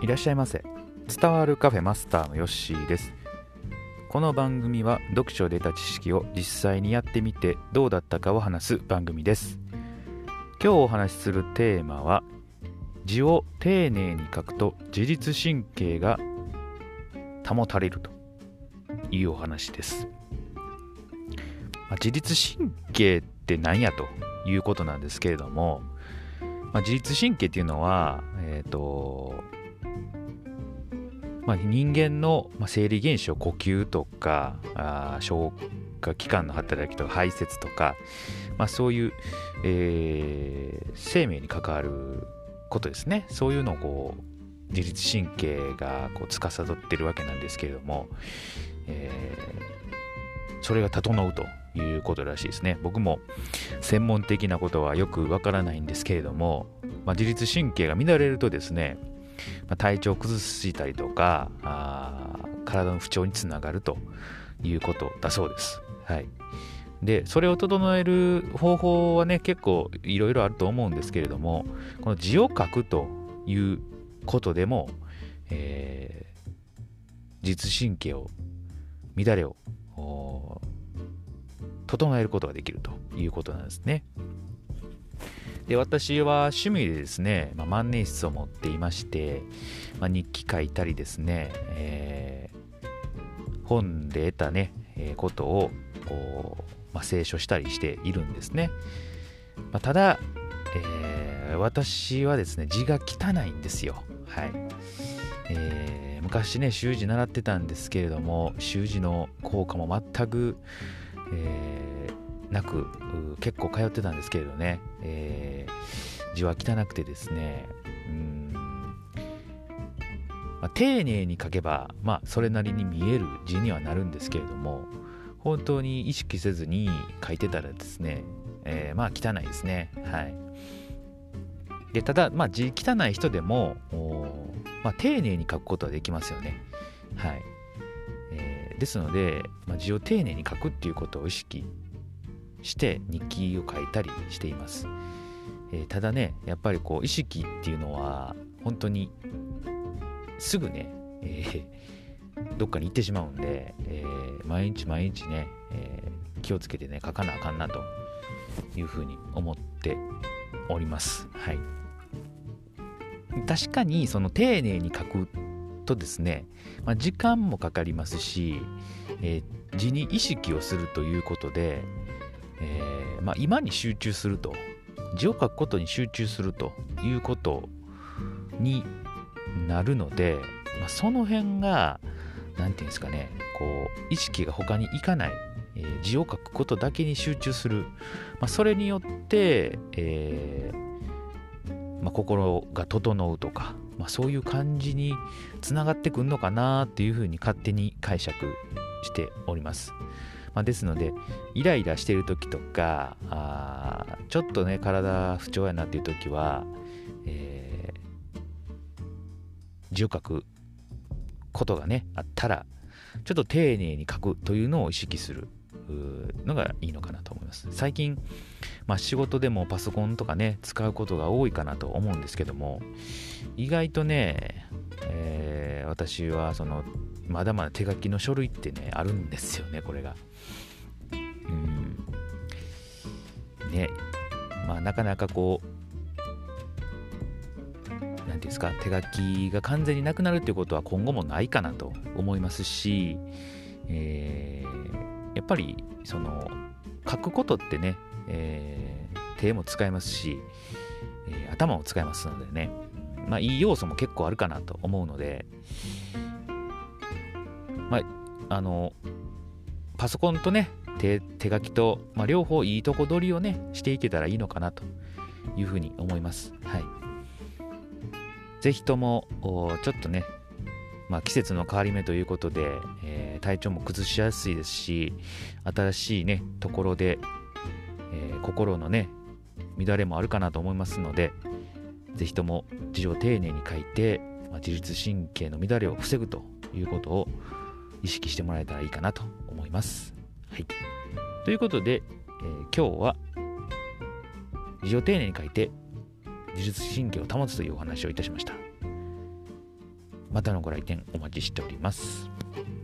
らっしゃいませ。伝わるカフェマスターのヨッシーです。この番組は読書で得た知識を実際にやってみてどうだったかを話す番組です。今日お話しするテーマは、字を丁寧に書くと自律神経が保たれるというお話です。自律神経って何やということなんですけれども、自律神経っていうのは、人間の生理現象、呼吸とか消化器官の働きとか排泄とか、そういう、生命に関わることですね。そういうのを自律神経が司っているわけなんですけれども、それが整うということらしいですね。僕も専門的なことはよくわからないんですけれども、自律神経が乱れるとですね、体調を崩したりとか体の不調につながるということだそうです。はい。で、それを整える方法はね、結構いろいろあると思うんですけれども、この字を書くということでも、自律神経を乱れを整えることができるということなんですね。で、私は趣味でですね、万年筆を持っていまして、日記書いたりですね、本で得たね、ことを清書したりしているんですね。ただ、私はですね、字が汚いんですよ。はい。昔ね、習字習ってたんですけれども、習字の効果も全く、なく結構通ってたんですけれどね、字は汚くてですね、丁寧に書けば、それなりに見える字にはなるんですけれども、本当に意識せずに書いてたらですね、汚いですね。はい。で、ただ、字汚い人でも丁寧に書くことはできますよね。はい。ですので、字を丁寧に書くっていうことを意識して日記を書いたりしています。ただね、やっぱり意識っていうのは本当にすぐね、どっかに行ってしまうんで、毎日毎日ね、気をつけてね書かなあかんなというふうに思っております。はい。確かにその丁寧に書くとですね、時間もかかりますし、字に意識をするということで、今に集中すると、字を書くことに集中するということになるので、その辺がなんていうんですかね、意識が他に行かない、字を書くことだけに集中する、それによって、心が整うとか、そういう感じにつながってくるのかなっていうふうに勝手に解釈しております。ですので、イライラしている時とか、ちょっとね体不調やなっていう時は、字を書くことがねあったら、ちょっと丁寧に書くというのを意識するのがいいのかなと思います。最近、仕事でもパソコンとかね使うことが多いかなと思うんですけども、意外とね、私はまだまだ手書きの書類ってねあるんですよね。これがね、なかなかなんていうんですか、手書きが完全になくなるっていうことは今後もないかなと思いますし、やっぱり書くことってね、手も使えますし、頭も使えますのでね、いい要素も結構あるかなと思うので、パソコンとね手書きと、両方いいとこ取りをねしていけたらいいのかなというふうに思います。はい。ぜひともちょっとね、季節の変わり目ということで、体調も崩しやすいですし、新しいねところで、心のね乱れもあるかなと思いますので、ぜひとも字を丁寧に書いて、自律神経の乱れを防ぐということを意識してもらえたらいいかなと思います。はい。ということで、今日は字を丁寧に書いて自律神経を保つというお話をいたしました。 またのご来店お待ちしております。